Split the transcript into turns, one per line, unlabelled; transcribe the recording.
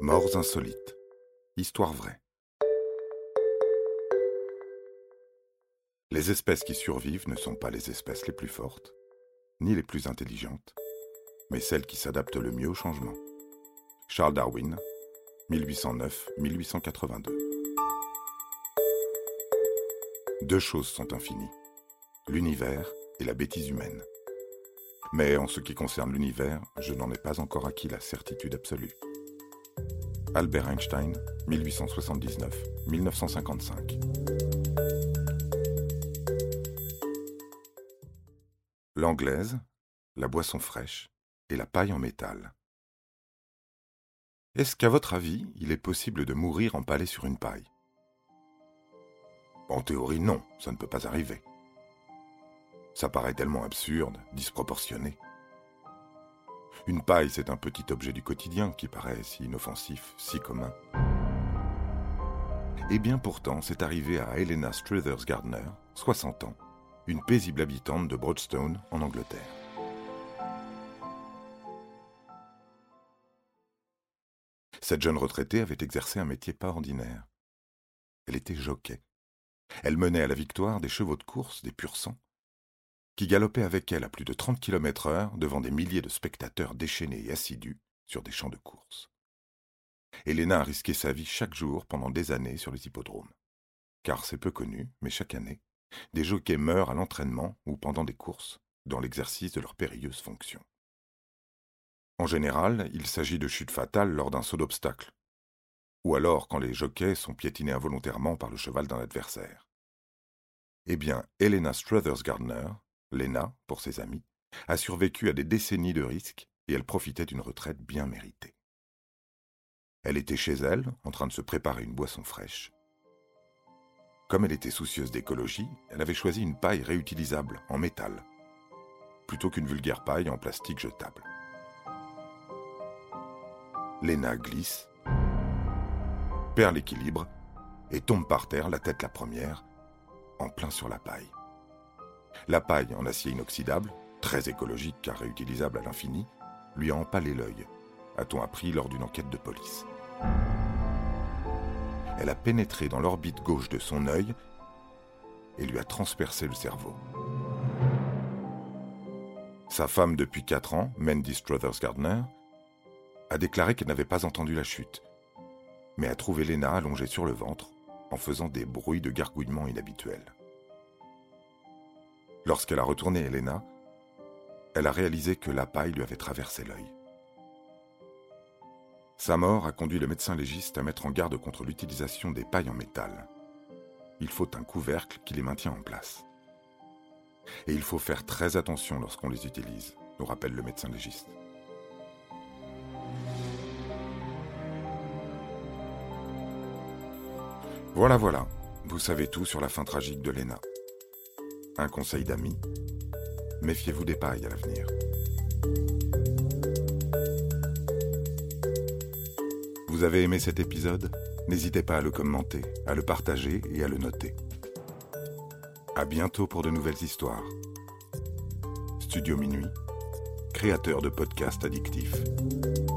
Morts insolites. Histoire vraie. Les espèces qui survivent ne sont pas les espèces les plus fortes, ni les plus intelligentes, mais celles qui s'adaptent le mieux au changement. Charles Darwin, 1809-1882. Deux choses sont infinies, l'univers et la bêtise humaine. Mais en ce qui concerne l'univers, je n'en ai pas encore acquis la certitude absolue. Albert Einstein, 1879-1955. L'anglaise, la boisson fraîche et la paille en métal. Est-ce qu'à votre avis, il est possible de mourir empalé sur une paille ? En théorie, non, ça ne peut pas arriver. Ça paraît tellement absurde, disproportionné. Une paille, c'est un petit objet du quotidien qui paraît si inoffensif, si commun. Et bien pourtant, c'est arrivé à Helena Struthers Gardner, 60 ans, une paisible habitante de Broadstone, en Angleterre. Cette jeune retraitée avait exercé un métier pas ordinaire. Elle était jockey. Elle menait à la victoire des chevaux de course, des pur-sang, qui galopaient avec elle à plus de 30 km/h devant des milliers de spectateurs déchaînés et assidus sur des champs de course. Helena a risqué sa vie chaque jour pendant des années sur les hippodromes. Car c'est peu connu, mais chaque année, des jockeys meurent à l'entraînement ou pendant des courses, dans l'exercice de leurs périlleuses fonctions. En général, il s'agit de chutes fatales lors d'un saut d'obstacle, ou alors quand les jockeys sont piétinés involontairement par le cheval d'un adversaire. Eh bien, Helena Struthers Gardner, Lena pour ses amis, a survécu à des décennies de risques et elle profitait d'une retraite bien méritée. Elle était chez elle, en train de se préparer une boisson fraîche. Comme elle était soucieuse d'écologie, elle avait choisi une paille réutilisable, en métal, plutôt qu'une vulgaire paille en plastique jetable. Lena glisse, perd l'équilibre et tombe par terre, la tête la première, en plein sur la paille. La paille en acier inoxydable, très écologique car réutilisable à l'infini, lui a empalé l'œil, a-t-on appris lors d'une enquête de police. Elle a pénétré dans l'orbite gauche de son œil et lui a transpercé le cerveau. Sa femme depuis 4 ans, Mandy Struthers Gardner, a déclaré qu'elle n'avait pas entendu la chute, mais a trouvé Lena allongée sur le ventre en faisant des bruits de gargouillement inhabituels. Lorsqu'elle a retourné Helena, elle a réalisé que la paille lui avait traversé l'œil. Sa mort a conduit le médecin légiste à mettre en garde contre l'utilisation des pailles en métal. Il faut un couvercle qui les maintient en place. Et il faut faire très attention lorsqu'on les utilise, nous rappelle le médecin légiste. Voilà, vous savez tout sur la fin tragique de Lena. Un conseil d'ami, méfiez-vous des pailles à l'avenir. Vous avez aimé cet épisode ? N'hésitez pas à le commenter, à le partager et à le noter. À bientôt pour de nouvelles histoires. Studio Minuit, créateur de podcasts addictifs.